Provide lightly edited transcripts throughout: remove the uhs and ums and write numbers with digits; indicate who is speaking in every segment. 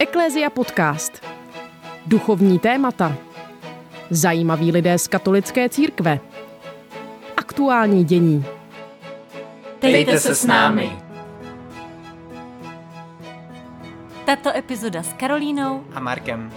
Speaker 1: Eklézia podcast. Duchovní témata. Zajímaví lidé z katolické církve. Aktuální dění.
Speaker 2: Dejte se s námi.
Speaker 3: Tato epizoda s Karolínou
Speaker 2: A Markem.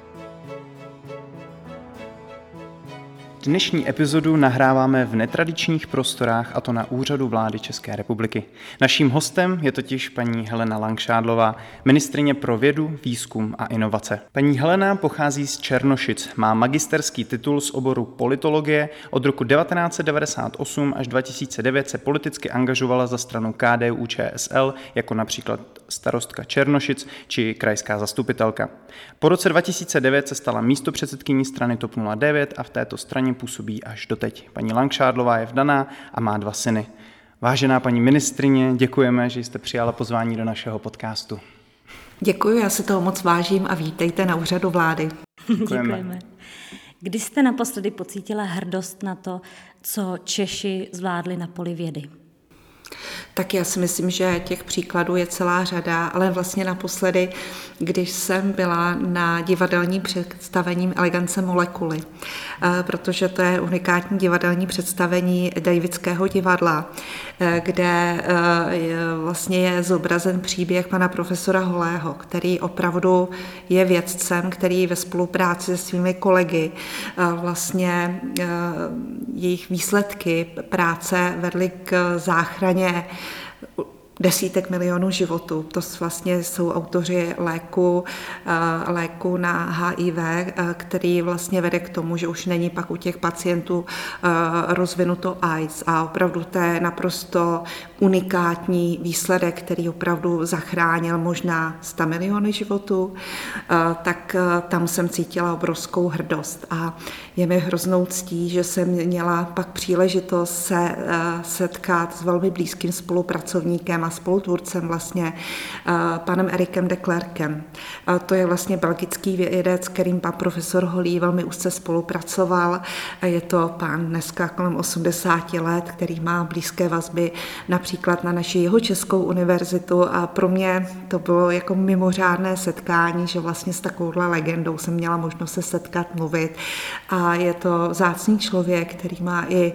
Speaker 4: Dnešní epizodu nahráváme v netradičních prostorách, a to na Úřadu vlády České republiky. Naším hostem je totiž paní Helena Langšádlová, ministryně pro vědu, výzkum a inovace. Paní Helena pochází z Černošic, má magisterský titul z oboru politologie, od roku 1998 až 2009 se politicky angažovala za stranu KDU-ČSL, jako například starostka Černošic či krajská zastupitelka. Po roce 2009 se stala místopředsedkyní strany TOP 09 a v této straně působí až doteď. Paní Langšádlová je vdaná a má 2 syny. Vážená paní ministryně, děkujeme, že jste přijala pozvání do našeho podcastu.
Speaker 5: Děkuji, já si toho moc vážím a vítejte na Úřadu vlády.
Speaker 3: Děkujeme. Kdy jste naposledy pocítila hrdost na to, co Češi zvládli na poli vědy?
Speaker 5: Tak já si myslím, že těch příkladů je celá řada, ale vlastně naposledy, když jsem byla na divadelním představení Elegance molekuly, protože to je unikátní divadelní představení Davidského divadla, kde vlastně je zobrazen příběh pana profesora Holého, který opravdu je vědcem, který ve spolupráci se svými kolegy vlastně jejich výsledky práce vedly k záchraně desítek milionů životů. To vlastně jsou autoři léku na HIV, který vlastně vede k tomu, že už není pak u těch pacientů rozvinuto AIDS. A opravdu to je naprosto unikátní výsledek, který opravdu zachránil možná 100 miliony životů, tak tam jsem cítila obrovskou hrdost. A je mi hroznou ctí, že jsem měla pak příležitost se setkat s velmi blízkým spolupracovníkem a spolutvůrcem vlastně panem Erikem de Klerkem. To je vlastně belgický vědec, kterým pan profesor Holý velmi úzce spolupracoval. Je to pán dneska kolem 80 let, který má blízké vazby například na naši Jihočeskou univerzitu a pro mě to bylo jako mimořádné setkání, že vlastně s takovouhle legendou jsem měla možnost se setkat, mluvit a je to vzácný člověk, který má i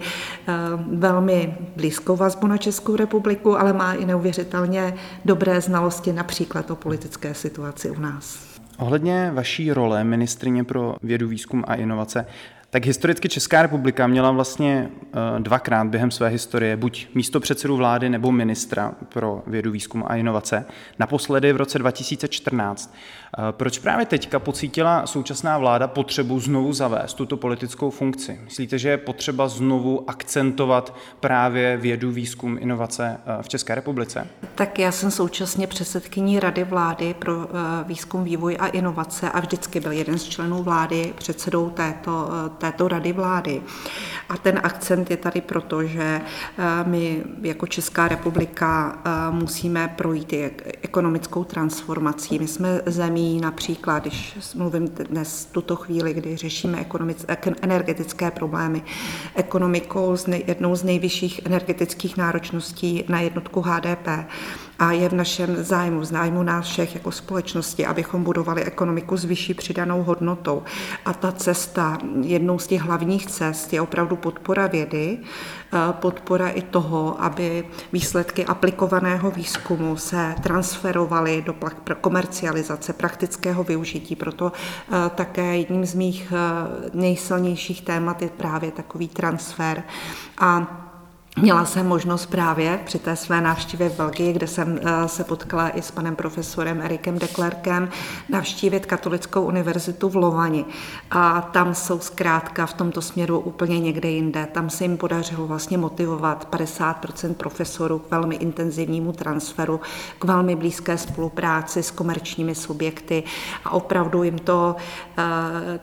Speaker 5: velmi blízkou vazbu na Českou republiku, ale má i neuvěřitelně dobré znalosti například o politické situaci u nás.
Speaker 4: Ohledně vaší role ministryně pro vědu, výzkum a inovace, tak historicky Česká republika měla vlastně 2krát během své historie buď místopředsedu vlády nebo ministra pro vědu, výzkum a inovace. Naposledy v roce 2014. Proč právě teďka pocítila současná vláda potřebu znovu zavést tuto politickou funkci? Myslíte, že je potřeba znovu akcentovat právě vědu, výzkum, inovace v České republice?
Speaker 5: Tak já jsem současně předsedkyní Rady vlády pro výzkum, vývoj a inovace a vždycky byl jeden z členů vlády předsedou této Rady vlády. A ten akcent je tady proto, že my jako Česká republika musíme projít ekonomickou transformací. My jsme zemí například, když mluvím dnes tuto chvíli, kdy řešíme energetické problémy, ekonomikou jednou z nejvyšších energetických náročností na jednotku HDP. A je v našem zájmu, v zájmu nás všech jako společnosti, abychom budovali ekonomiku s vyšší přidanou hodnotou. A ta cesta, jednou z těch hlavních cest je opravdu podpora vědy, podpora i toho, aby výsledky aplikovaného výzkumu se transferovaly do komercializace, praktického využití. Proto také jedním z mých nejsilnějších témat je právě takový transfer. A měla jsem možnost právě při té své návštěvě v Belgii, kde jsem se potkala i s panem profesorem Erikem de Klerkem, navštívit Katolickou univerzitu v Lovani. A tam jsou zkrátka v tomto směru úplně někde jinde. Tam se jim podařilo vlastně motivovat 50% profesorů k velmi intenzivnímu transferu, k velmi blízké spolupráci s komerčními subjekty a opravdu jim to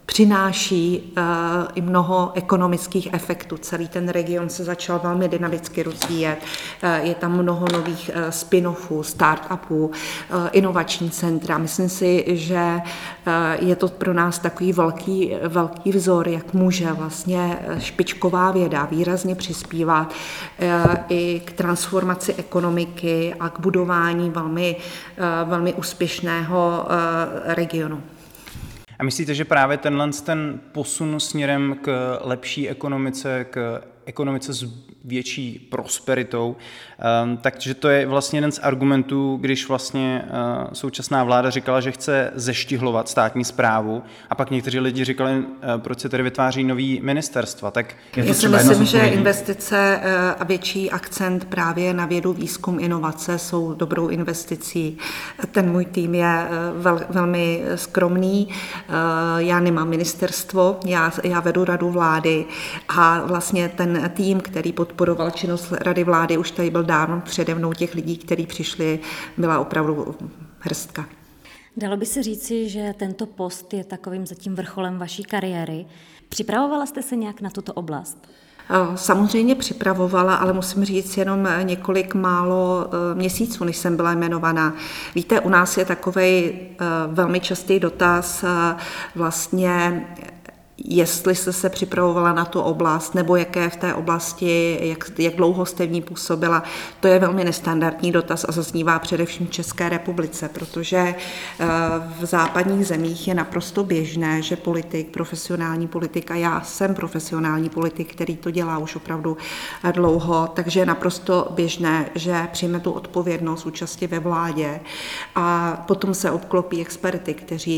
Speaker 5: přináší i mnoho ekonomických efektů. Celý ten region se začal velmi dynamicky rozvíjet. Je tam mnoho nových spin-offů, start-upů, inovační centra. Myslím si, že je to pro nás takový velký vzor, jak může vlastně špičková věda výrazně přispívat i k transformaci ekonomiky a k budování velmi úspěšného regionu.
Speaker 4: A myslíte, že právě ten posun směrem k lepší ekonomice, k ekonomice s větší prosperitou, takže to je vlastně jeden z argumentů, když vlastně současná vláda říkala, že chce zeštihlovat státní správu, a pak někteří lidi říkali, proč se tady vytváří nový ministerstva. Tak
Speaker 5: já si myslím, že investice a větší akcent právě na vědu, výzkum, inovace jsou dobrou investicí. Ten můj tým je velmi skromný, já nemám ministerstvo, já vedu radu vlády a vlastně ten tým, který podporoval činnost rady vlády, už tady byl dávno přede mnou, těch lidí, kteří přišli, byla opravdu hrstka.
Speaker 3: Dalo by se říci, že tento post je takovým zatím vrcholem vaší kariéry. Připravovala jste se nějak na tuto oblast?
Speaker 5: Samozřejmě připravovala, ale musím říct jenom několik málo měsíců, než jsem byla jmenovaná. Víte, u nás je takovej velmi častý dotaz vlastně, jestli jste se připravovala na tu oblast, nebo jaké v té oblasti, jak dlouho jste v ní působila. To je velmi nestandardní dotaz a zaznívá především v České republice, protože v západních zemích je naprosto běžné, že profesionální politik, a já jsem profesionální politik, který to dělá už opravdu dlouho, takže je naprosto běžné, že přijme tu odpovědnost účasti ve vládě a potom se obklopí experty,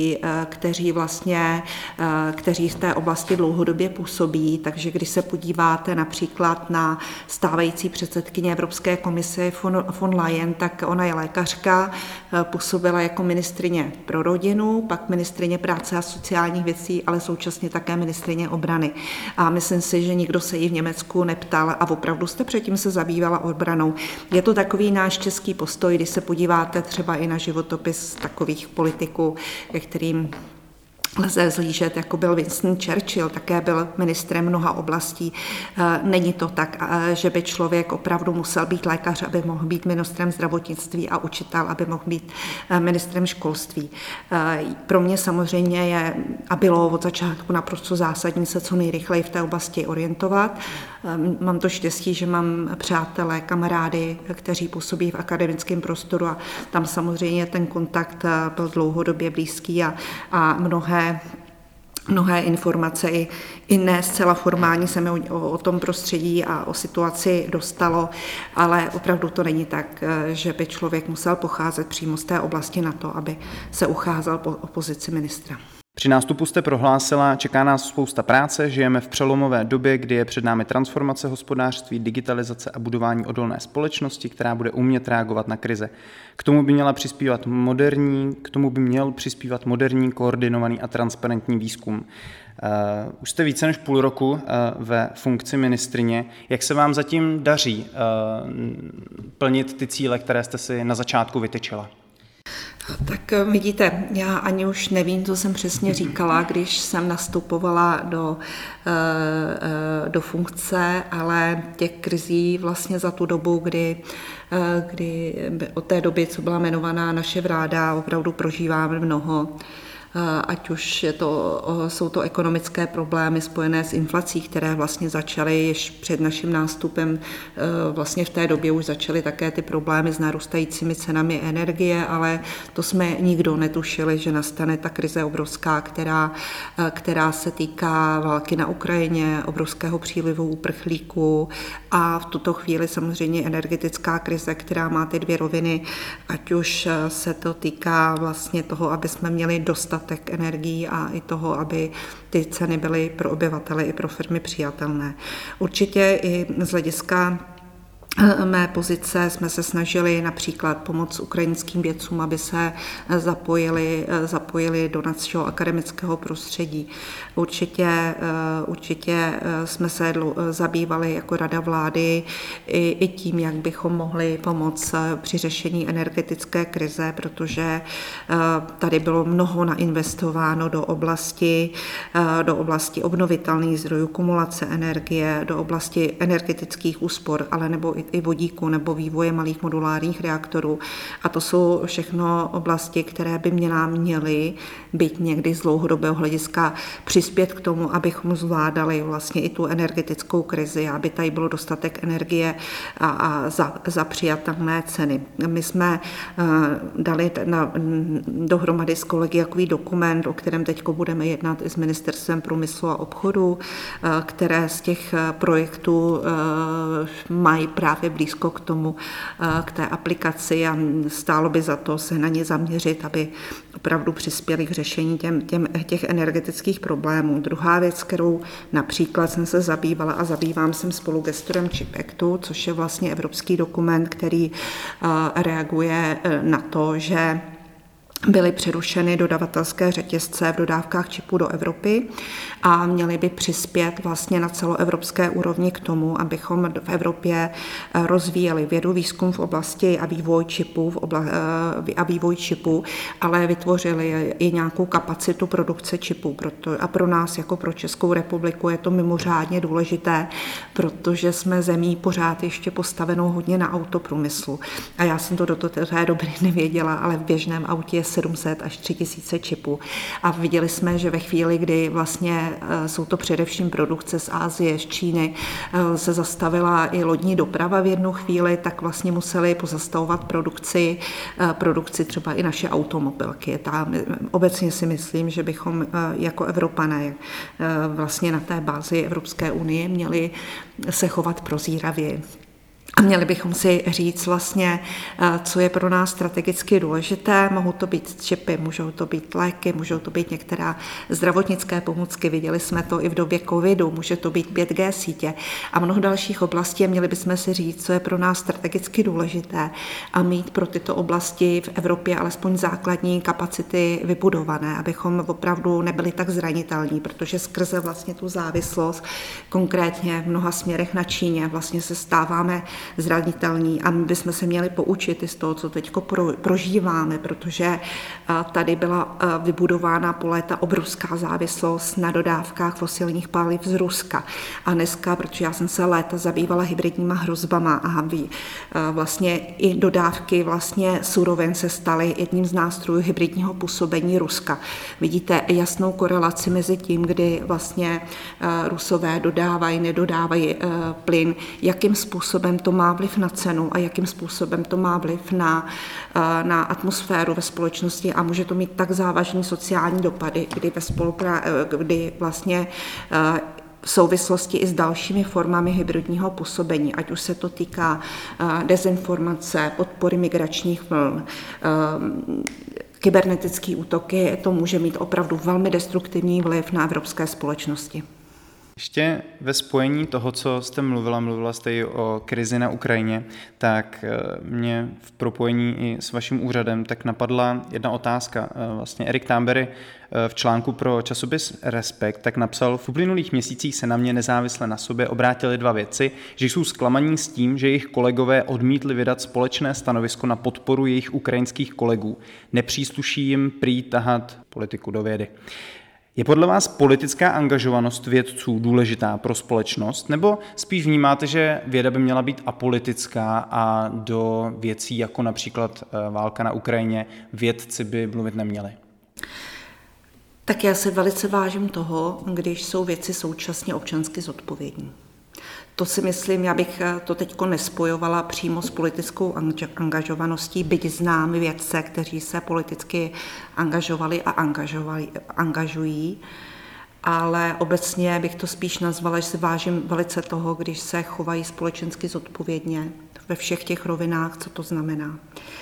Speaker 5: kteří v té oblasti dlouhodobě působí, takže když se podíváte například na stávající předsedkyně Evropské komise von Leyen, tak ona je lékařka, působila jako ministryně pro rodinu, pak ministryně práce a sociálních věcí, ale současně také ministryně obrany. A myslím si, že nikdo se jí v Německu neptal a opravdu jste předtím se zabývala obranou. Je to takový náš český postoj, když se podíváte třeba i na životopis takových politiků, ve kterým lze zlížet, jako byl Winston Churchill, také byl ministrem mnoha oblastí. Není to tak, že by člověk opravdu musel být lékař, aby mohl být ministrem zdravotnictví a učitel, aby mohl být ministrem školství. Pro mě samozřejmě je a bylo od začátku naprosto zásadní se co nejrychleji v té oblasti orientovat. Mám to štěstí, že mám přátelé, kamarády, kteří působí v akademickém prostoru a tam samozřejmě ten kontakt byl dlouhodobě blízký a mnohé informace i ne zcela formální se mi o tom prostředí a o situaci dostalo, ale opravdu to není tak, že by člověk musel pocházet přímo z té oblasti na to, aby se ucházel o pozici ministra.
Speaker 4: Při nástupu jste prohlásila, čeká nás spousta práce, žijeme v přelomové době, kdy je před námi transformace hospodářství, digitalizace a budování odolné společnosti, která bude umět reagovat na krize. K tomu by měl přispívat moderní, koordinovaný a transparentní výzkum. Už jste více než půl roku ve funkci ministryně. Jak se vám zatím daří plnit ty cíle, které jste si na začátku vytyčila?
Speaker 5: Tak vidíte, já ani už nevím, co jsem přesně říkala, když jsem nastupovala do funkce, ale těch krizí vlastně za tu dobu, kdy od té doby, co byla jmenovaná naše vláda, opravdu prožíváme mnoho. Ať už jsou to ekonomické problémy spojené s inflací, které vlastně začaly již před naším nástupem. Vlastně v té době už začaly také ty problémy s narůstajícími cenami energie, ale to jsme nikdo netušili, že nastane ta krize obrovská, která se týká války na Ukrajině, obrovského přílivu uprchlíků a v tuto chvíli samozřejmě energetická krize, která má ty dvě roviny, ať už se to týká vlastně toho, aby jsme měli dostatek energií a i toho, aby ty ceny byly pro obyvatele i pro firmy přijatelné. Určitě i z hlediska mé pozice jsme se snažili například pomoct ukrajinským vědcům, aby se zapojili do našeho akademického prostředí. Určitě jsme se zabývali jako Rada vlády i tím, jak bychom mohli pomoct při řešení energetické krize, protože tady bylo mnoho nainvestováno do oblasti obnovitelných zdrojů, kumulace energie, do oblasti energetických úspor, ale nebo i vodíku nebo vývoje malých modulárních reaktorů. A to jsou všechno oblasti, které by měly být někdy z dlouhodobého hlediska přispět k tomu, abychom zvládali vlastně i tu energetickou krizi, aby tady bylo dostatek energie a za přijatelné ceny. My jsme dali dohromady s kolegy takový dokument, o kterém teď budeme jednat i s Ministerstvem průmyslu a obchodu, které z těch projektů mají právě blízko k té aplikaci a stálo by za to se na ně zaměřit, aby opravdu přispěli k řešení těch energetických problémů. Druhá věc, kterou například jsem se zabývala a zabývám jsem spolugestorem CHIPS Actu, což je vlastně evropský dokument, který reaguje na to, že byly přerušeny dodavatelské řetězce v dodávkách čipů do Evropy a měly by přispět vlastně na celoevropské úrovni k tomu, abychom v Evropě rozvíjeli vědu, výzkum v oblasti a vývoj čipů, ale vytvořili i nějakou kapacitu produkce čipů. A pro nás, jako pro Českou republiku, je to mimořádně důležité, protože jsme zemí pořád ještě postavenou hodně na autoprůmyslu. A já jsem to do té doby nevěděla, ale v běžném autě je 700 až 3000 čipů. A viděli jsme, že ve chvíli, kdy vlastně jsou to především produkce z Asie, z Číny, se zastavila i lodní doprava v jednu chvíli, tak vlastně museli pozastavovat produkci třeba i naše automobilky. Obecně si myslím, že bychom jako Evropané vlastně na té bázi Evropské unie měli se chovat prozíravěji. A měli bychom si říct vlastně, co je pro nás strategicky důležité. Mohou to být čipy, můžou to být léky, můžou to být některá zdravotnické pomůcky. Viděli jsme to i v době covidu, může to být 5G sítě a mnoho dalších oblastí. Měli bychom si říct, co je pro nás strategicky důležité a mít pro tyto oblasti v Evropě alespoň základní kapacity vybudované, abychom opravdu nebyli tak zranitelní, protože skrze vlastně tu závislost, konkrétně v mnoha směrech na Číně, vlastně se stáváme zranitelní a my bychom se měli poučit i z toho, co teď prožíváme, protože tady byla vybudována po léta obrovská závislost na dodávkách fosilních paliv z Ruska. A dneska, protože já jsem se léta zabývala hybridníma hrozbama a vlastně i dodávky vlastně surovin se staly jedním z nástrojů hybridního působení Ruska. Vidíte jasnou korelaci mezi tím, kdy vlastně Rusové dodávají, nedodávají plyn, jakým způsobem to má vliv na cenu a jakým způsobem to má vliv na atmosféru ve společnosti a může to mít tak závažné sociální dopady, kdy vlastně v souvislosti i s dalšími formami hybridního působení, ať už se to týká dezinformace, podpory migračních vln, kybernetické útoky, to může mít opravdu velmi destruktivní vliv na evropské společnosti.
Speaker 4: Ještě ve spojení toho, co jste mluvila jste i o krizi na Ukrajině, tak mě v propojení i s vaším úřadem tak napadla jedna otázka. Vlastně Erik Tambery v článku pro časopis Respekt tak napsal: v uplynulých měsících se na mě nezávisle na sobě obrátili dva vědci, že jsou zklamaní s tím, že jejich kolegové odmítli vydat společné stanovisko na podporu jejich ukrajinských kolegů. Nepřísluší jim prý tahat politiku do vědy. Je podle vás politická angažovanost vědců důležitá pro společnost, nebo spíš vnímáte, že věda by měla být apolitická a do věcí jako například válka na Ukrajině vědci by mluvit neměli?
Speaker 5: Tak já se velice vážím toho, když jsou vědci současně občansky zodpovědní. To si myslím, já bych to teďko nespojovala přímo s politickou angažovaností, byť znám vědce, kteří se politicky angažovali a angažují, ale obecně bych to spíš nazvala, že si vážím velice toho, když se chovají společensky zodpovědně ve všech těch rovinách, co to znamená.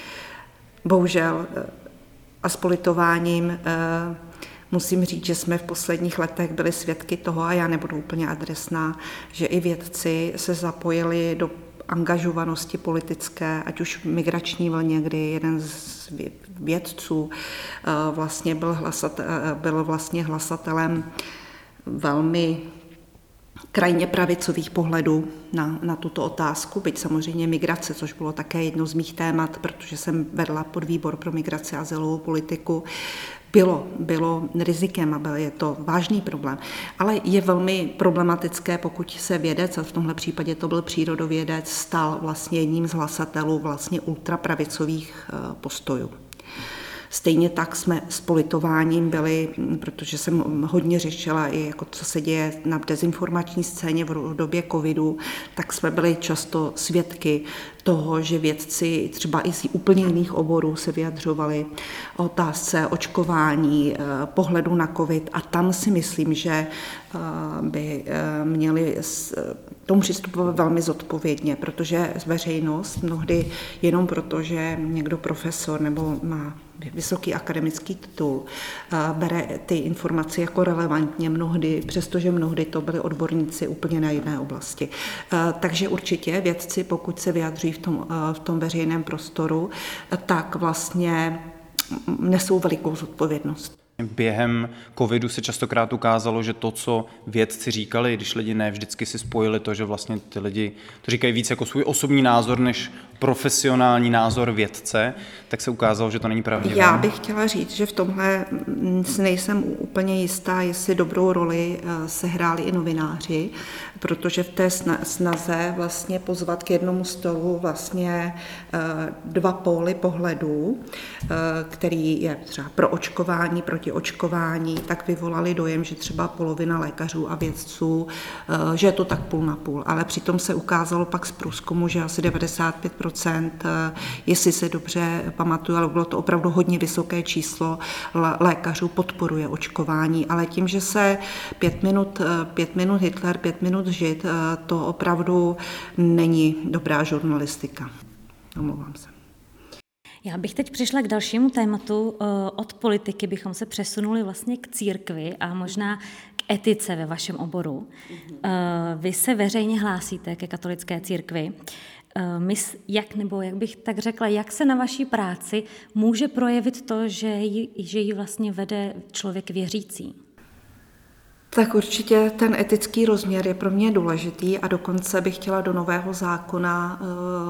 Speaker 5: Bohužel a s politováním musím říct, že jsme v posledních letech byli svědky toho, a já nebudu úplně adresná, že i vědci se zapojili angažovanosti politické, ať už v migrační vlně, kdy jeden z vědců vlastně byl vlastně hlasatelem velmi krajně pravicových pohledů na tuto otázku, byť samozřejmě migrace, což bylo také jedno z mých témat, protože jsem vedla podvýbor pro migraci a azylovou politiku, bylo rizikem a je to vážný problém. Ale je velmi problematické, pokud se vědec, a v tomhle případě to byl přírodovědec, stal vlastně jedním z hlasatelů vlastně ultrapravicových postojů. Stejně tak jsme s politováním byli, protože jsem hodně řešila i jako co se děje na dezinformační scéně v době covidu, tak jsme byli často svědky toho, že vědci třeba i z úplně jiných oborů se vyjadřovali o otázce očkování, pohledu na covid a tam si myslím, že by měli tomu přistupovat velmi zodpovědně, protože veřejnost mnohdy jenom proto, že někdo profesor nebo má vysoký akademický titul, bere ty informace jako relevantně mnohdy, přestože mnohdy to byli odborníci úplně na jiné oblasti. Takže určitě vědci, pokud se vyjadřují v tom veřejném prostoru, tak vlastně nesou velikou zodpovědnost.
Speaker 4: Během covidu se častokrát ukázalo, že to, co vědci říkali, když lidi ne vždycky si spojili to, že vlastně ty lidi to říkají víc jako svůj osobní názor, než profesionální názor vědce, tak se ukázalo, že to není pravdivé.
Speaker 5: Já bych chtěla říct, že v tomhle si nejsem úplně jistá, jestli dobrou roli sehráli i novináři, protože v té snaze vlastně pozvat k jednomu stolu vlastně dva póly pohledů, který je třeba pro očkování, proti očkování, tak vyvolali dojem, že třeba polovina lékařů a vědců, že je to tak půl na půl, ale přitom se ukázalo pak z průzkumu, že asi 95%, jestli se dobře pamatuju, ale bylo to opravdu hodně vysoké číslo, lékařů podporuje očkování, ale tím, že se 5 minut Hitler, 5 minut Žid, to opravdu není dobrá žurnalistika. Omlouvám se.
Speaker 3: Já bych teď přišla k dalšímu tématu. Od politiky bychom se přesunuli vlastně k církvi a možná k etice ve vašem oboru. Vy se veřejně hlásíte ke katolické církvi. Jak bych tak řekla, jak se na vaší práci může projevit to, že ji vlastně vede člověk věřící?
Speaker 5: Tak určitě ten etický rozměr je pro mě důležitý a dokonce bych chtěla do nového zákona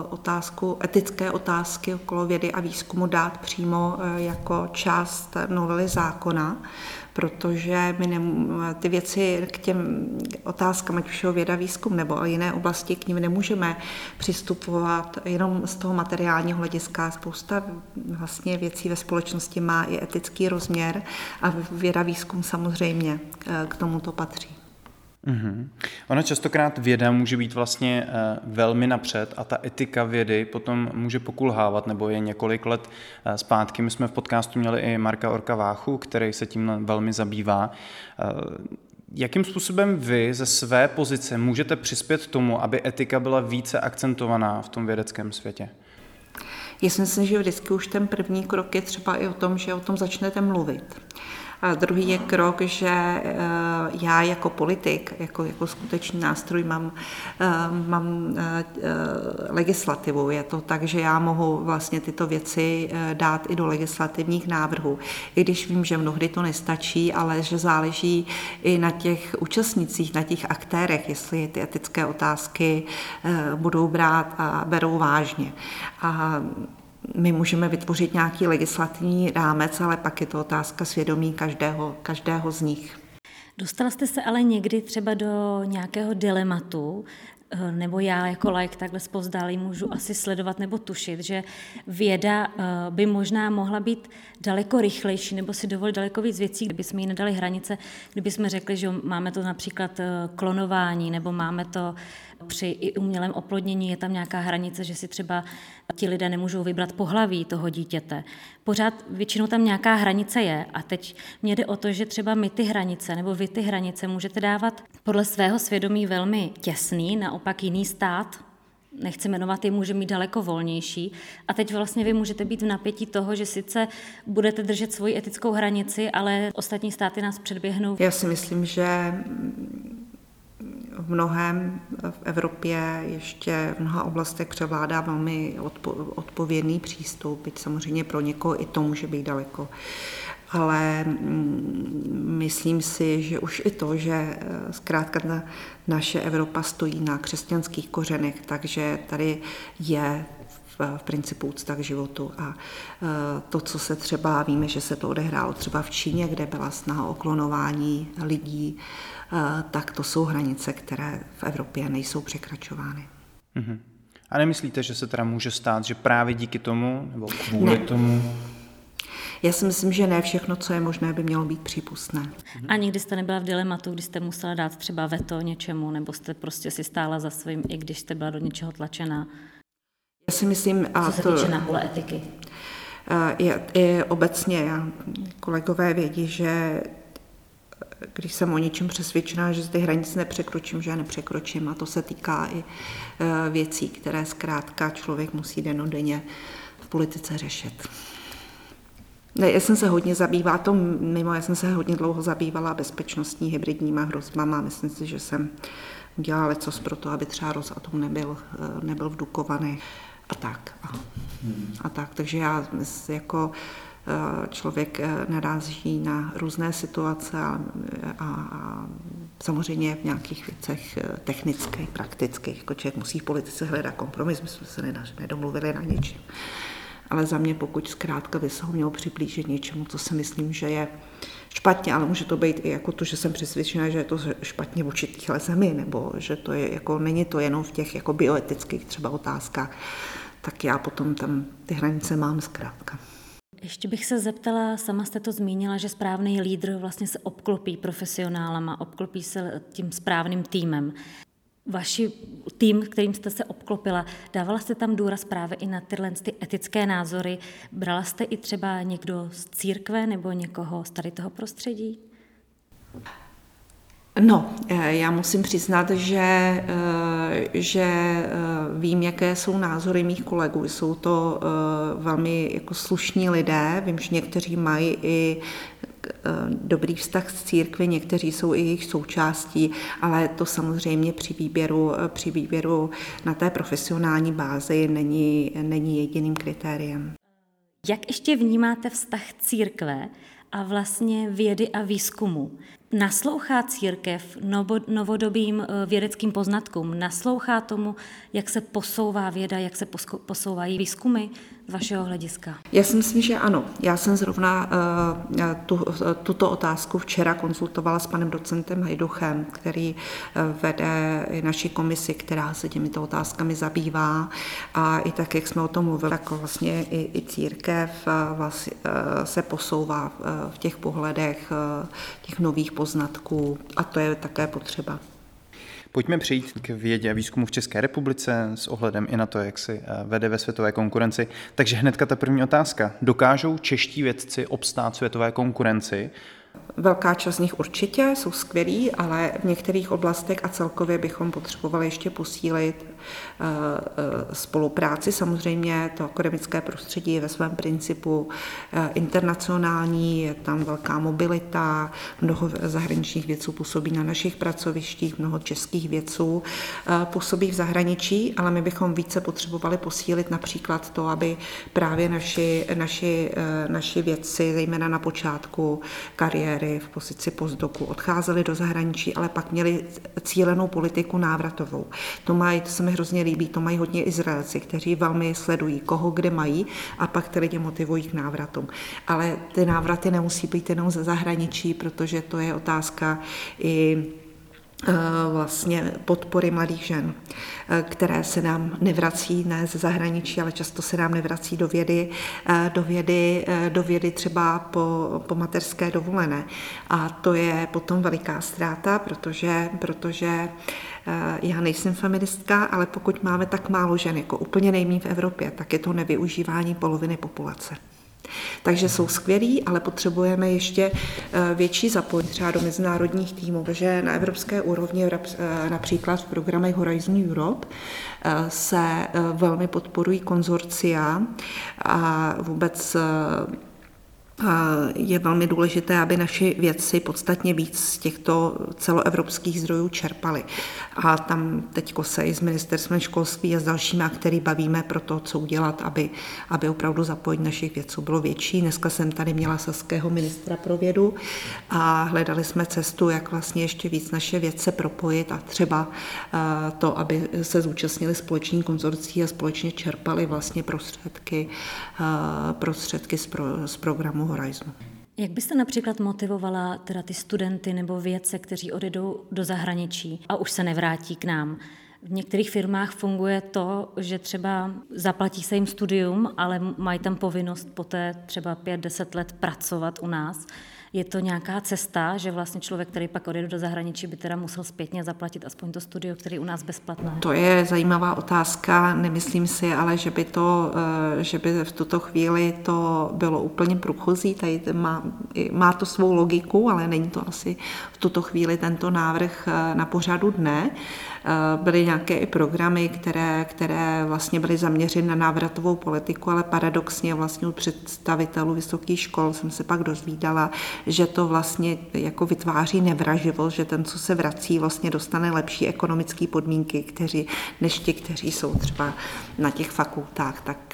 Speaker 5: etické otázky okolo vědy a výzkumu dát přímo jako část novely zákona, protože my ty věci k těm otázkám, ať už věda, výzkum nebo jiné oblasti, k nim nemůžeme přistupovat jenom z toho materiálního hlediska. Spousta vlastně věcí ve společnosti má i etický rozměr a věda, výzkum samozřejmě k tomuto patří.
Speaker 4: Ona častokrát věda může být vlastně velmi napřed a ta etika vědy potom může pokulhávat, nebo je několik let zpátky. My jsme v podcastu měli i Marka Orka Váchu, který se tím velmi zabývá. Jakým způsobem vy ze své pozice můžete přispět tomu, aby etika byla více akcentovaná v tom vědeckém světě?
Speaker 5: Já si myslím, že vždycky už ten první krok je třeba i o tom, že o tom začnete mluvit. A druhý je krok, že já jako politik, jako skutečný nástroj mám legislativu. Je to tak, že já mohu vlastně tyto věci dát i do legislativních návrhů. I když vím, že mnohdy to nestačí, ale že záleží i na těch účastnicích, na těch aktérech, jestli ty etické otázky budou brát a berou vážně. A my můžeme vytvořit nějaký legislativní rámec, ale pak je to otázka svědomí každého z nich.
Speaker 3: Dostala jste se ale někdy třeba do nějakého dilematu, nebo já jako laik takhle zpovzdálí můžu asi sledovat nebo tušit, že věda by možná mohla být daleko rychlejší nebo si dovolit daleko víc věcí, kdyby jsme jí nedali hranice, kdyby jsme řekli, že máme to například klonování nebo máme to při i umělém oplodnění, je tam nějaká hranice, že si třeba ti lidé nemůžou vybrat pohlaví toho dítěte. Pořád většinou tam nějaká hranice je a teď mě jde o to, že třeba my ty hranice nebo vy ty hranice můžete dávat podle svého svědomí velmi těsný, naopak jiný stát, nechci jmenovat, je může mít daleko volnější a teď vlastně vy můžete být v napětí toho, že sice budete držet svoji etickou hranici, ale ostatní státy nás předběhnou.
Speaker 5: Já si myslím, že mnohém v Evropě ještě v mnoha oblastech převládá velmi odpovědný přístup, byť samozřejmě pro někoho i to může být daleko. Ale myslím si, že už i to, že zkrátka naše Evropa stojí na křesťanských kořenech, takže tady je v principu úcta k životu. A to, co se třeba, víme, že se to odehrálo třeba v Číně, kde byla snaha o klonování lidí, tak to jsou hranice, které v Evropě nejsou překračovány.
Speaker 4: Mm-hmm. A nemyslíte, že se teda může stát, že právě díky tomu, nebo kvůli tomu...
Speaker 5: Já si myslím, že ne všechno, co je možné, by mělo být přípustné.
Speaker 3: A nikdy jste nebyla v dilematu, kdy jste musela dát třeba veto něčemu, nebo jste prostě si stála za svým, i když jste byla do něčeho tlačená?
Speaker 5: Já si myslím...
Speaker 3: Co se týče na pole etiky?
Speaker 5: I obecně, kolegové vědí, že když jsem o něčem přesvědčená, že ty hranice nepřekročím, že já nepřekročím. A to se týká i věcí, které zkrátka člověk musí dennodenně v politice řešit. Já jsem se hodně zabývala, já jsem se hodně dlouho zabývala bezpečnostní hybridníma hrozbama. Myslím si, že jsem udělala lecos pro to, aby třeba Rosatom nebyl v Dukovanech a tak. A tak. Takže já jako člověk narazí na různé situace a samozřejmě v nějakých věcech technických, praktických. Jako člověk musí v politice hledat kompromis, my jsme se nedomluvili na ničem. Ale za mě, pokud zkrátka by se ho mělo přiblížit něčemu, co si myslím, že je špatně, ale může to být i jako to, že jsem přesvědčená, že je to špatně vůči téhle zemi, nebo že to je jako, není to jenom v těch jako bioetických třeba otázkách, tak já potom tam ty hranice mám zkrátka.
Speaker 3: Ještě bych se zeptala, sama jste to zmínila, že správný lídr vlastně se obklopí profesionálama, obklopí se tím správným týmem. Vaši tým, kterým jste se obklopila, dávala jste tam důraz právě i na tyhle ty etické názory? Brala jste i třeba někdo z církve nebo někoho z tady toho prostředí?
Speaker 5: No, já musím přiznat, že vím, jaké jsou názory mých kolegů. Jsou to velmi jako slušní lidé, vím, že někteří mají i dobrý vztah s církví, někteří jsou i jejich součástí, ale to samozřejmě při výběru na té profesionální bázi není jediným kritériem.
Speaker 3: Jak ještě vnímáte vztah církve a vlastně vědy a výzkumu? Naslouchá církev novodobým vědeckým poznatkům? Naslouchá tomu, jak se posouvá věda, jak se posouvají výzkumy z vašeho hlediska?
Speaker 5: Já si myslím, že ano. Já jsem zrovna tuto otázku včera konzultovala s panem docentem Hajduchem, který vede naši komisi, která se těmito otázkami zabývá. A i tak, jak jsme o tom mluvili, tak vlastně i církev vlastně se posouvá v těch pohledech těch nových poznatků a to je také potřeba.
Speaker 4: Pojďme přejít k vědě a výzkumu v České republice s ohledem i na to, jak si vede ve světové konkurenci. Takže hnedka ta první otázka. Dokážou čeští vědci obstát světové konkurenci?
Speaker 5: Velká část z nich určitě jsou skvělí, ale v některých oblastech a celkově bychom potřebovali ještě posílit spolupráci. Samozřejmě to akademické prostředí je ve svém principu internacionální, je tam velká mobilita, mnoho zahraničních vědců působí na našich pracovištích, mnoho českých vědců působí v zahraničí, ale my bychom více potřebovali posílit například to, aby právě naši vědci, zejména na počátku kariéry v pozici postdoku, odcházeli do zahraničí, ale pak měli cílenou politiku návratovou. To se mi hrozně líbí, to mají hodně Izraelci, kteří velmi sledují, koho kde mají a pak ty lidi motivují k návratům. Ale ty návraty nemusí být jenom ze zahraničí, protože to je otázka i vlastně podpory mladých žen, které se nám nevrací ne ze zahraničí, ale často se nám nevrací do vědy třeba po mateřské dovolené. A to je potom veliká ztráta, protože já nejsem feministka, ale pokud máme tak málo žen, jako úplně nejméně v Evropě, tak je to nevyužívání poloviny populace. Takže jsou skvělí, ale potřebujeme ještě větší zapojení třeba do mezinárodních týmů, protože na evropské úrovni například v programech Horizon Europe se velmi podporují konzorcia a vůbec je velmi důležité, aby naši vědci podstatně víc z těchto celoevropských zdrojů čerpali. A tam teďko se i s ministerstvem školství a s dalšími aktéry bavíme pro to, co udělat, aby opravdu zapojení našich vědců bylo větší. Dneska jsem tady měla saského ministra pro vědu a hledali jsme cestu, jak vlastně ještě víc naše vědce propojit a třeba to, aby se zúčastnili společní konzorcí a společně čerpali vlastně prostředky z programu Horizon.
Speaker 3: Jak byste například motivovala teda ty studenty nebo vědce, kteří odjedou do zahraničí a už se nevrátí k nám? V některých firmách funguje to, že třeba zaplatí se jim studium, ale mají tam povinnost poté třeba 5-10 let pracovat u nás. Je to nějaká cesta, že vlastně člověk, který pak odjede do zahraničí, by teda musel zpětně zaplatit aspoň to studio, který u nás bezplatné?
Speaker 5: To je zajímavá otázka, nemyslím si, ale že by v tuto chvíli to bylo úplně průchozí, tady má to svou logiku, ale není to asi v tuto chvíli tento návrh na pořadu dne. Byly nějaké i programy, které vlastně byly zaměřeny na návratovou politiku, ale paradoxně vlastně u představitelů vysokých škol jsem se pak dozvídala, že to vlastně jako vytváří nevraživost, že ten, co se vrací, vlastně dostane lepší ekonomické podmínky, než ti, kteří jsou třeba na těch fakultách. Tak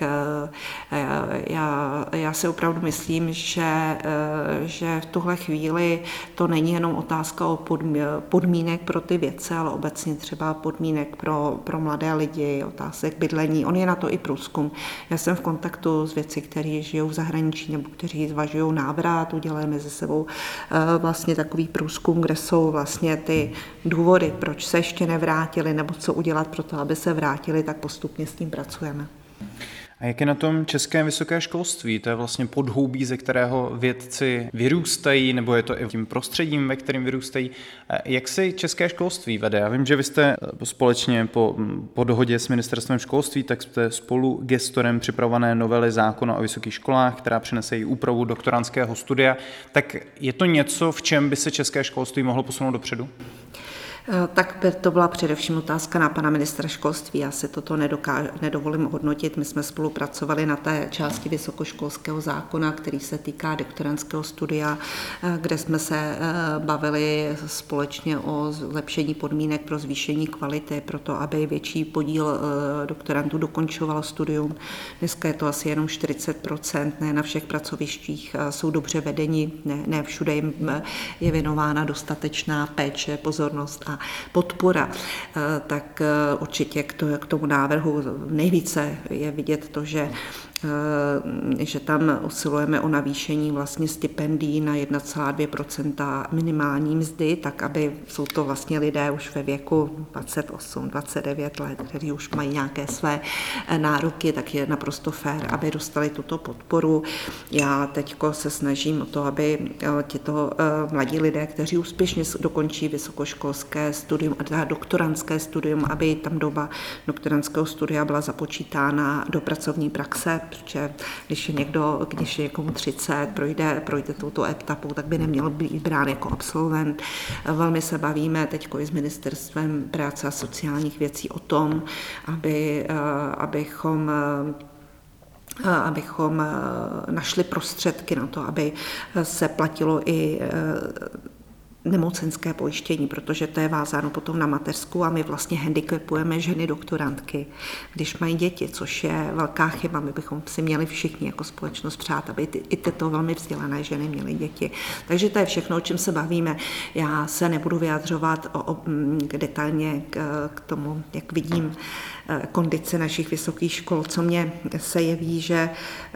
Speaker 5: já si opravdu myslím, že v tuhle chvíli to není jenom otázka o podmínek pro ty vědce, ale obecně třeba podmínek pro mladé lidi, otázek bydlení. On je na to i průzkum. Já jsem v kontaktu s vědci, kteří žijou v zahraničí nebo kteří zvažují návrat, udělají mezi sebou vlastně takový průzkum, kde jsou vlastně ty důvody, proč se ještě nevrátili nebo co udělat pro to, aby se vrátili, tak postupně s tím pracujeme.
Speaker 4: A jak je na tom české vysoké školství? To je vlastně podhoubí, ze kterého vědci vyrůstají, nebo je to i tím prostředím, ve kterém vyrůstají. Jak si české školství vede? Já vím, že vy jste společně po dohodě s ministerstvem školství, tak jste spolu gestorem připravované novely zákona o vysokých školách, která přinese i úpravu doktorandského studia. Tak je to něco, v čem by se české školství mohlo posunout dopředu?
Speaker 5: Tak to byla především otázka na pana ministra školství. Já si toto nedovolím hodnotit. My jsme spolupracovali na té části vysokoškolského zákona, který se týká doktorandského studia, kde jsme se bavili společně o zlepšení podmínek pro zvýšení kvality, pro to, aby větší podíl doktorandů dokončoval studium. Dneska je to asi jenom 40%, ne na všech pracovištích jsou dobře vedeni, ne všude jim je věnována dostatečná péče, pozornost a podpora, tak určitě k tomu návrhu nejvíce je vidět to, že tam usilujeme o navýšení vlastně stipendií na 1,2% minimální mzdy, tak aby jsou to vlastně lidé už ve věku 28, 29 let, kteří už mají nějaké své nároky, tak je naprosto fér, aby dostali tuto podporu. Já teďko se snažím o to, aby tito mladí lidé, kteří úspěšně dokončí vysokoškolské studium a doktorandské studium, aby tam doba doktorandského studia byla započítána do pracovní praxe, protože když je někomu 30, projde touto etapou, tak by neměl být brán jako absolvent. Velmi se bavíme teď i s ministerstvem práce a sociálních věcí o tom, abychom našli prostředky na to, aby se platilo i nemocenské pojištění, protože to je vázáno potom na mateřskou a my vlastně handicapujeme ženy doktorantky, když mají děti, což je velká chyba. My bychom si měli všichni jako společnost přát, aby i tyto velmi vzdělané ženy měly děti. Takže to je všechno, o čem se bavíme. Já se nebudu vyjadřovat detailně k tomu, jak vidím kondice našich vysokých škol, co mně se jeví, že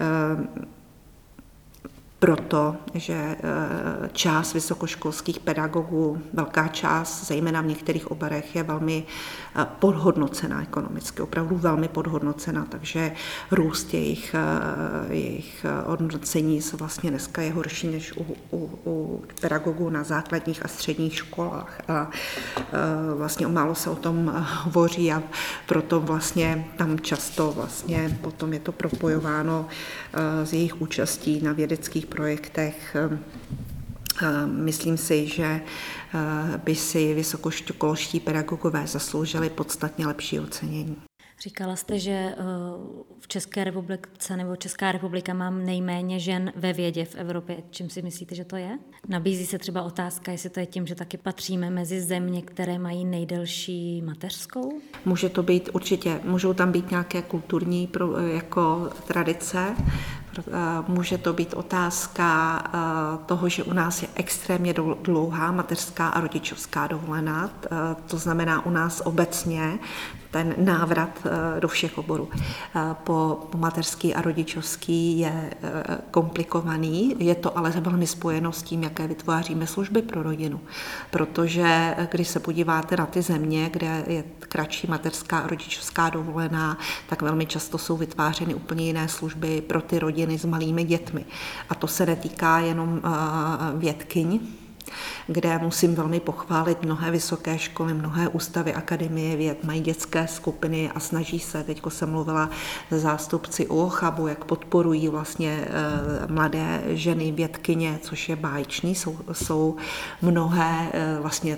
Speaker 5: protože část vysokoškolských pedagogů, velká část, zejména v některých oborech, je velmi podhodnocená ekonomicky, opravdu velmi podhodnocená, takže růst jejich hodnocení vlastně dneska je horší než u pedagogů na základních a středních školách. A vlastně málo se o tom hovoří a proto vlastně tam často vlastně potom je to propojováno s jejich účastí na vědeckých projektech. Myslím si, že by si vysokoškolští pedagogové zasloužili podstatně lepší ocenění.
Speaker 3: Říkala jste, že v České republice nebo Česká republika má nejméně žen ve vědě v Evropě. Čím si myslíte, že to je? Nabízí se třeba otázka, jestli to je tím, že taky patříme mezi země, které mají nejdelší mateřskou?
Speaker 5: Může to být určitě, můžou tam být nějaké kulturní jako tradice. Může to být otázka toho, že u nás je extrémně dlouhá mateřská a rodičovská dovolená. To znamená u nás obecně ten návrat do všech oborů po mateřský a rodičovský je komplikovaný. Je to ale velmi spojeno s tím, jaké vytváříme služby pro rodinu. Protože když se podíváte na ty země, kde je kratší mateřská a rodičovská dovolená, tak velmi často jsou vytvářeny úplně jiné služby pro ty rodiny s malými dětmi. A to se netýká jenom vědkyň, kde musím velmi pochválit mnohé vysoké školy, mnohé ústavy Akademie věd, mají dětské skupiny a snaží se, teďko jsem mluvila se zástupci UOCHABu, jak podporují vlastně mladé ženy vědkyně, což je báječný, jsou mnohé vlastně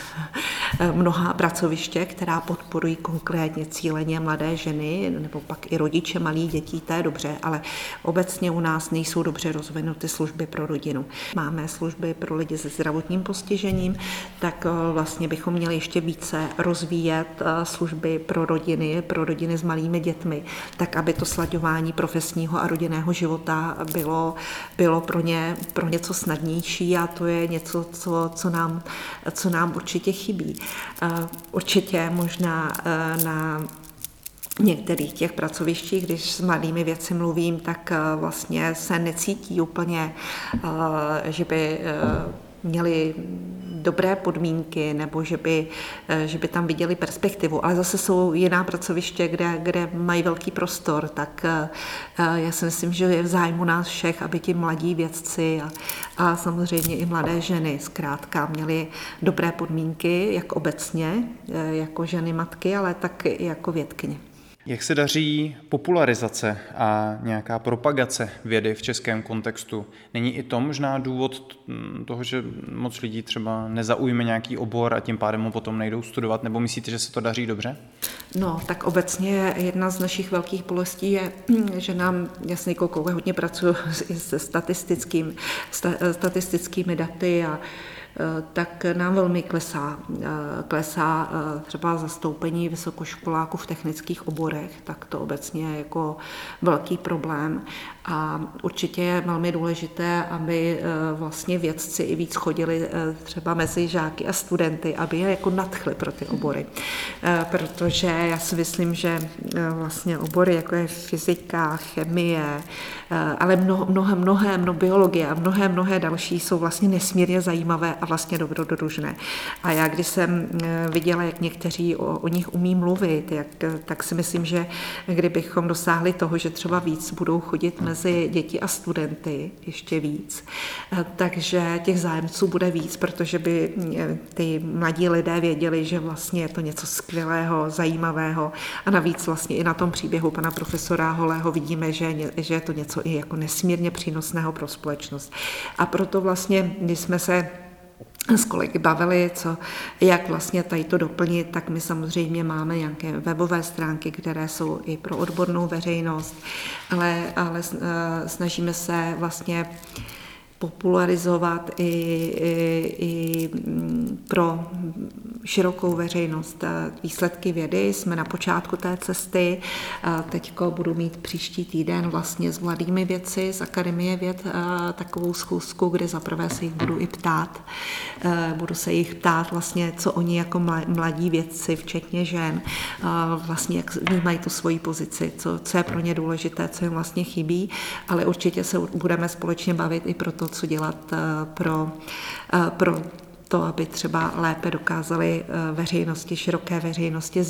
Speaker 5: mnohá pracoviště, která podporují konkrétně cíleně mladé ženy, nebo pak i rodiče malých dětí, to je dobře, ale obecně u nás nejsou dobře rozvinuty služby pro rodinu. Máme služby pro lidi se zdravotním postižením, tak vlastně bychom měli ještě více rozvíjet služby pro rodiny s malými dětmi, tak aby to slaďování profesního a rodinného života bylo pro něco snadnější a to je něco, co nám určitě chybí. Určitě možná na některých těch pracovištích, když s mladými vědci mluvím, tak vlastně se necítí úplně, že by měli dobré podmínky nebo že by tam viděli perspektivu. Ale zase jsou jiná pracoviště, kde mají velký prostor, tak já si myslím, že je v zájmu nás všech, aby ti mladí vědci a samozřejmě i mladé ženy zkrátka měly dobré podmínky, jak obecně, jako ženy matky, ale tak i jako vědkyně.
Speaker 4: Jak se daří popularizace a nějaká propagace vědy v českém kontextu? Není i to možná důvod toho, že moc lidí třeba nezaujme nějaký obor a tím pádem mu potom nejdou studovat? Nebo myslíte, že se to daří dobře?
Speaker 5: No, tak obecně jedna z našich velkých bolestí je, že nám, jasně hodně pracuji se statistickými daty a tak nám velmi klesá třeba zastoupení vysokoškoláků v technických oborech, tak to obecně je jako velký problém. A určitě je velmi důležité, aby vlastně vědci i víc chodili třeba mezi žáky a studenty, aby je jako nadchli pro ty obory. Protože já si myslím, že vlastně obory, jako je fyzika, chemie, ale mnohé biologie a mnohé další jsou vlastně nesmírně zajímavé a vlastně dobrodružné. A já, když jsem viděla, jak někteří o nich umí mluvit, tak si myslím, že kdybychom dosáhli toho, že třeba víc budou chodit mezi děti a studenty, ještě víc, takže těch zájemců bude víc, protože by ty mladí lidé věděli, že vlastně je to něco skvělého, zajímavého a navíc vlastně i na tom příběhu pana profesora Holého vidíme, že je to něco i jako nesmírně přínosného pro společnost. A proto vlastně, když jsme se s kolegy bavili, jak vlastně tady to doplnit, tak my samozřejmě máme nějaké webové stránky, které jsou i pro odbornou veřejnost, ale snažíme se vlastně popularizovat i pro širokou veřejnost výsledky vědy. Jsme na počátku té cesty. Teďko budu mít příští týden vlastně s mladými vědci z Akademie věd takovou schůzku, kde zaprvé se jich budu i ptát. Budu se jich ptát vlastně, co oni jako mladí vědci, včetně žen, vlastně jak vnímají tu svoji pozici, co je pro ně důležité, co jim vlastně chybí, ale určitě se budeme společně bavit i pro to, co dělat pro to, aby třeba lépe dokázali široké veřejnosti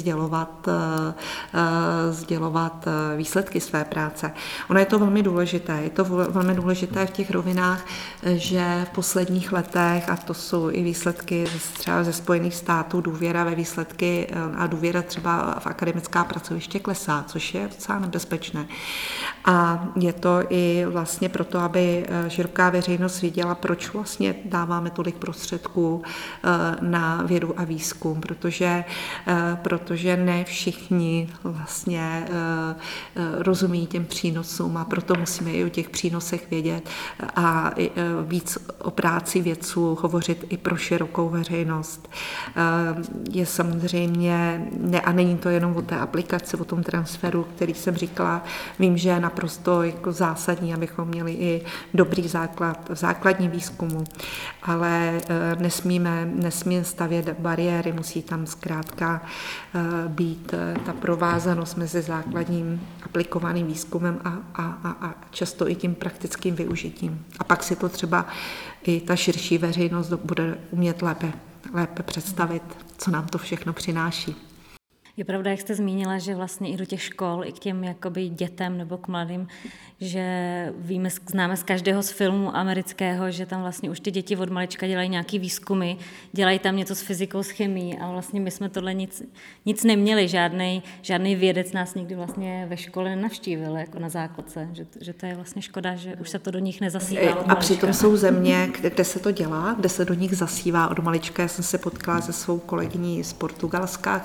Speaker 5: sdělovat výsledky své práce. Ono je to velmi důležité. Je to velmi důležité v těch rovinách, že v posledních letech, a to jsou i výsledky třeba ze Spojených států, důvěra ve výsledky a důvěra třeba v akademická pracoviště klesá, což je docela nebezpečné. A je to i vlastně proto, aby široká veřejnost věděla, proč vlastně dáváme tolik prostředků na vědu a výzkum, protože ne všichni vlastně rozumí těm přínosům a proto musíme i o těch přínosech vědět a víc o práci vědců hovořit i pro širokou veřejnost. Je samozřejmě, a není to jenom o té aplikaci, o tom transferu, který jsem říkala, vím, že je naprosto jako zásadní, abychom měli i dobrý základ v základním výzkumu, ale nesmíme stavět bariéry, musí tam zkrátka být ta provázanost mezi základním aplikovaným výzkumem a často i tím praktickým využitím. A pak si to třeba i ta širší veřejnost bude umět lépe představit, co nám to všechno přináší.
Speaker 3: Je pravda, jak jste zmínila, že vlastně i do těch škol, i k těm jakoby dětem nebo k mladým, že známe z každého z filmu amerického, že tam vlastně už ty děti od malička dělají nějaký výzkumy, dělají tam něco s fyzikou, s chemií a vlastně my jsme tohle nic neměli, žádný vědec nás nikdy vlastně ve škole nenavštívil, jako na základce, že to je vlastně škoda, že už se to do nich nezasívá.
Speaker 5: A přitom jsou země, kde se to dělá, kde se do nich zasívá od malička. Já jsem se potkala se svou kolegyní z Portugalska,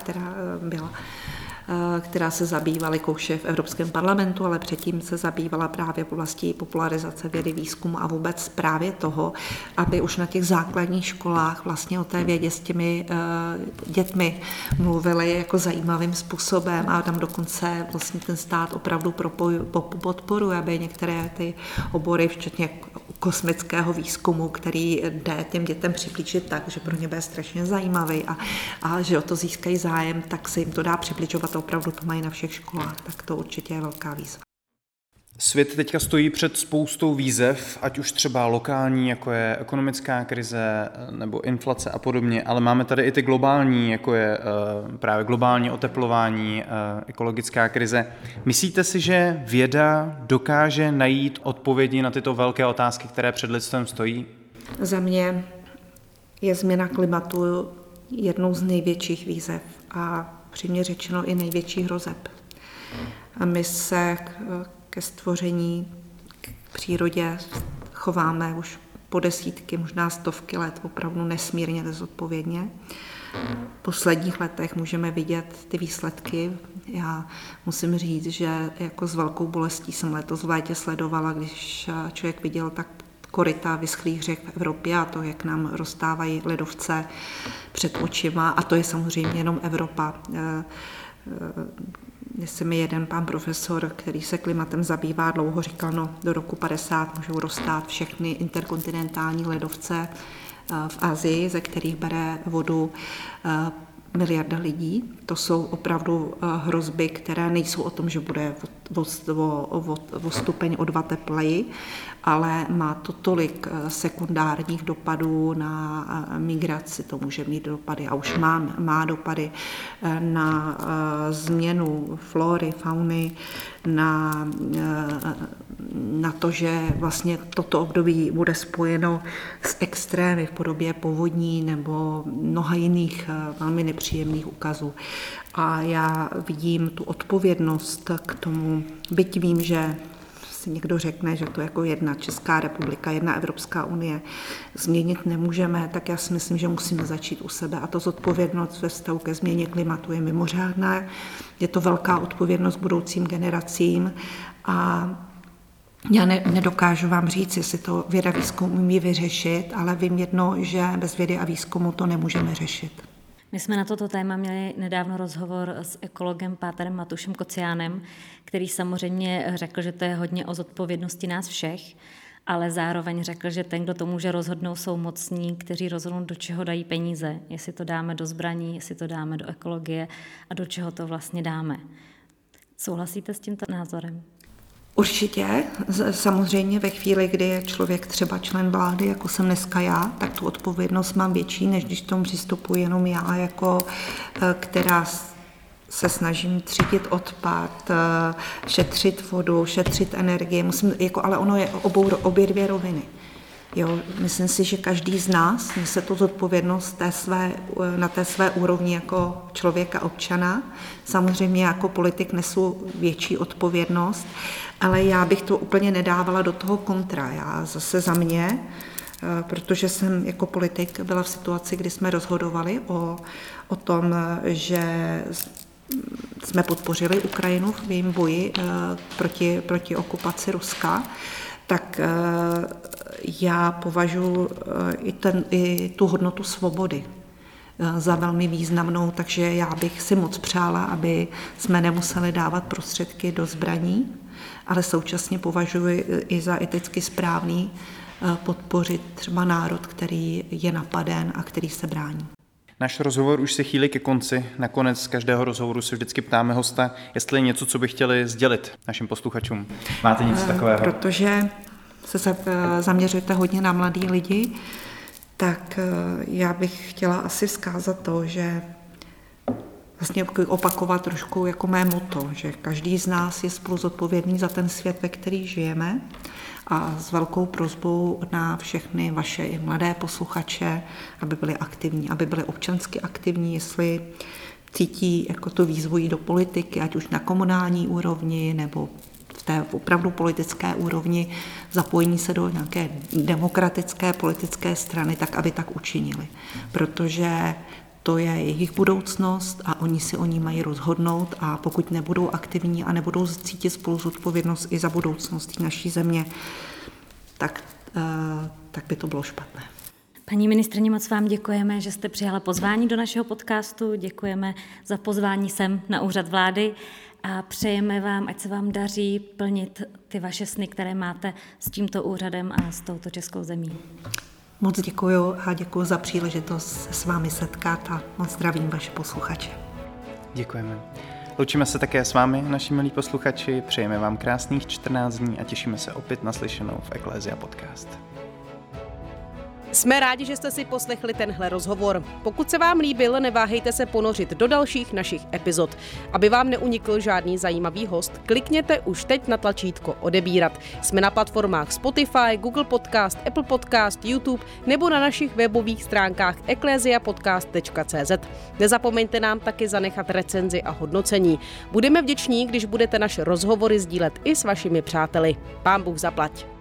Speaker 5: která se zabývala kouše v Evropském parlamentu, ale předtím se zabývala právě v oblasti popularizace vědy, výzkumu a vůbec právě toho, aby už na těch základních školách vlastně o té vědě s těmi dětmi mluvili jako zajímavým způsobem a tam dokonce vlastně ten stát opravdu podporuje, aby některé ty obory, včetně kosmického výzkumu, který jde těm dětem přiblížit tak, že pro ně bude strašně zajímavý a že o to získají zájem, tak se jim to dá přibližovat a opravdu to mají na všech školách, tak to určitě je velká výzva.
Speaker 4: Svět teďka stojí před spoustou výzev, ať už třeba lokální, jako je ekonomická krize nebo inflace a podobně, ale máme tady i ty globální, jako je právě globální oteplování, ekologická krize. Myslíte si, že věda dokáže najít odpovědi na tyto velké otázky, které před lidstvem stojí?
Speaker 5: Za mě je změna klimatu jednou z největších výzev a přímě řečeno i největší hrozeb. A my se ke stvoření, k přírodě chováme už po desítky, možná stovky let opravdu nesmírně nezodpovědně. V posledních letech můžeme vidět ty výsledky. Já musím říct, že jako s velkou bolestí jsem letos v létě sledovala, když člověk viděl tak koryta vyschlých řek v Evropě a to, jak nám roztávají ledovce před očima. A to je samozřejmě jenom Evropa. Jestli mi jeden pán profesor, který se klimatem zabývá dlouho, říkal, no do roku 50 můžou roztát všechny interkontinentální ledovce v Asii, ze kterých bere vodu miliarda lidí. To jsou opravdu hrozby, které nejsou o tom, že bude o stupeň o 2 tepleji, ale má to tolik sekundárních dopadů na migraci, to může mít dopady a už má dopady na změnu flóry, fauny, na to, že vlastně toto období bude spojeno s extrémy v podobě povodní nebo mnoha jiných velmi nepříjemných ukazů. A já vidím tu odpovědnost k tomu, byť vím, že si někdo řekne, že to jako jedna Česká republika, jedna Evropská unie změnit nemůžeme, tak já si myslím, že musíme začít u sebe. A to zodpovědnost ve vztahu ke změně klimatu je mimořádná. Je to velká odpovědnost budoucím generacím a já nedokážu vám říct, jestli to věda výzkum umí vyřešit, ale vím jedno, že bez vědy a výzkumu to nemůžeme řešit.
Speaker 3: My jsme na toto téma měli nedávno rozhovor s ekologem Páterem Matušem Kociánem, který samozřejmě řekl, že to je hodně o zodpovědnosti nás všech, ale zároveň řekl, že ten, kdo to může rozhodnout, jsou mocní, kteří rozhodnou, do čeho dají peníze, jestli to dáme do zbraní, jestli to dáme do ekologie a do čeho to vlastně dáme. Souhlasíte s tímto názorem?
Speaker 5: Určitě, samozřejmě ve chvíli, kdy je člověk třeba člen vlády, jako jsem dneska já, tak tu odpovědnost mám větší, než když tomu přistupuji jenom já, jako která se snažím třídit odpad, šetřit vodu, šetřit energii, ale ono je obě dvě roviny. Jo, myslím si, že každý z nás nese tu zodpovědnost na té své úrovni jako člověka, občana. Samozřejmě jako politik nesu větší odpovědnost, ale já bych to úplně nedávala do toho kontra. Já zase za mě protože jsem jako politik byla v situaci, kdy jsme rozhodovali o tom, že jsme podpořili Ukrajinu v jejím boji proti okupaci Ruska, tak já považuji i tu hodnotu svobody za velmi významnou, takže já bych si moc přála, aby jsme nemuseli dávat prostředky do zbraní, ale současně považuji i za eticky správný podpořit třeba národ, který je napaden a který se brání.
Speaker 4: Náš rozhovor už se chýlí ke konci. Nakonec každého rozhovoru se vždycky ptáme hosta, jestli je něco, co by chtěli sdělit našim posluchačům. Máte něco takového?
Speaker 5: Protože se zaměřujete hodně na mladý lidi, tak já bych chtěla asi vzkázat to, že vlastně opakovat trošku jako mé motto, že každý z nás je spolu zodpovědný za ten svět, ve který žijeme, a s velkou prosbou na všechny vaše i mladé posluchače, aby byli aktivní, aby byli občansky aktivní, jestli cítí jako tu výzvu jít do politiky, ať už na komunální úrovni nebo v té opravdu politické úrovni, zapojení se do nějaké demokratické politické strany, tak aby tak učinili. Protože to je jejich budoucnost a oni si o ní mají rozhodnout, a pokud nebudou aktivní a nebudou cítit spolu zodpovědnost i za budoucnost naší země, tak by to bylo špatné.
Speaker 3: Paní ministryně, moc vám děkujeme, že jste přijala pozvání do našeho podcastu, děkujeme za pozvání sem na Úřad vlády a přejeme vám, ať se vám daří plnit ty vaše sny, které máte s tímto úřadem a s touto českou zemí.
Speaker 5: Moc děkuju a děkuju za příležitost se s vámi setkat a moc zdravím vaše posluchače.
Speaker 4: Děkujeme. Loučíme se také s vámi, naši milí posluchači, přejeme vám krásných 14 dní a těšíme se opět na slyšenou v Eklézia Podcast.
Speaker 1: Jsme rádi, že jste si poslechli tenhle rozhovor. Pokud se vám líbil, neváhejte se ponořit do dalších našich epizod. Aby vám neunikl žádný zajímavý host, klikněte už teď na tlačítko odebírat. Jsme na platformách Spotify, Google Podcast, Apple Podcast, YouTube nebo na našich webových stránkách ekleziapodcast.cz. Nezapomeňte nám taky zanechat recenzi a hodnocení. Budeme vděční, když budete naše rozhovory sdílet i s vašimi přáteli. Pán Bůh zaplať.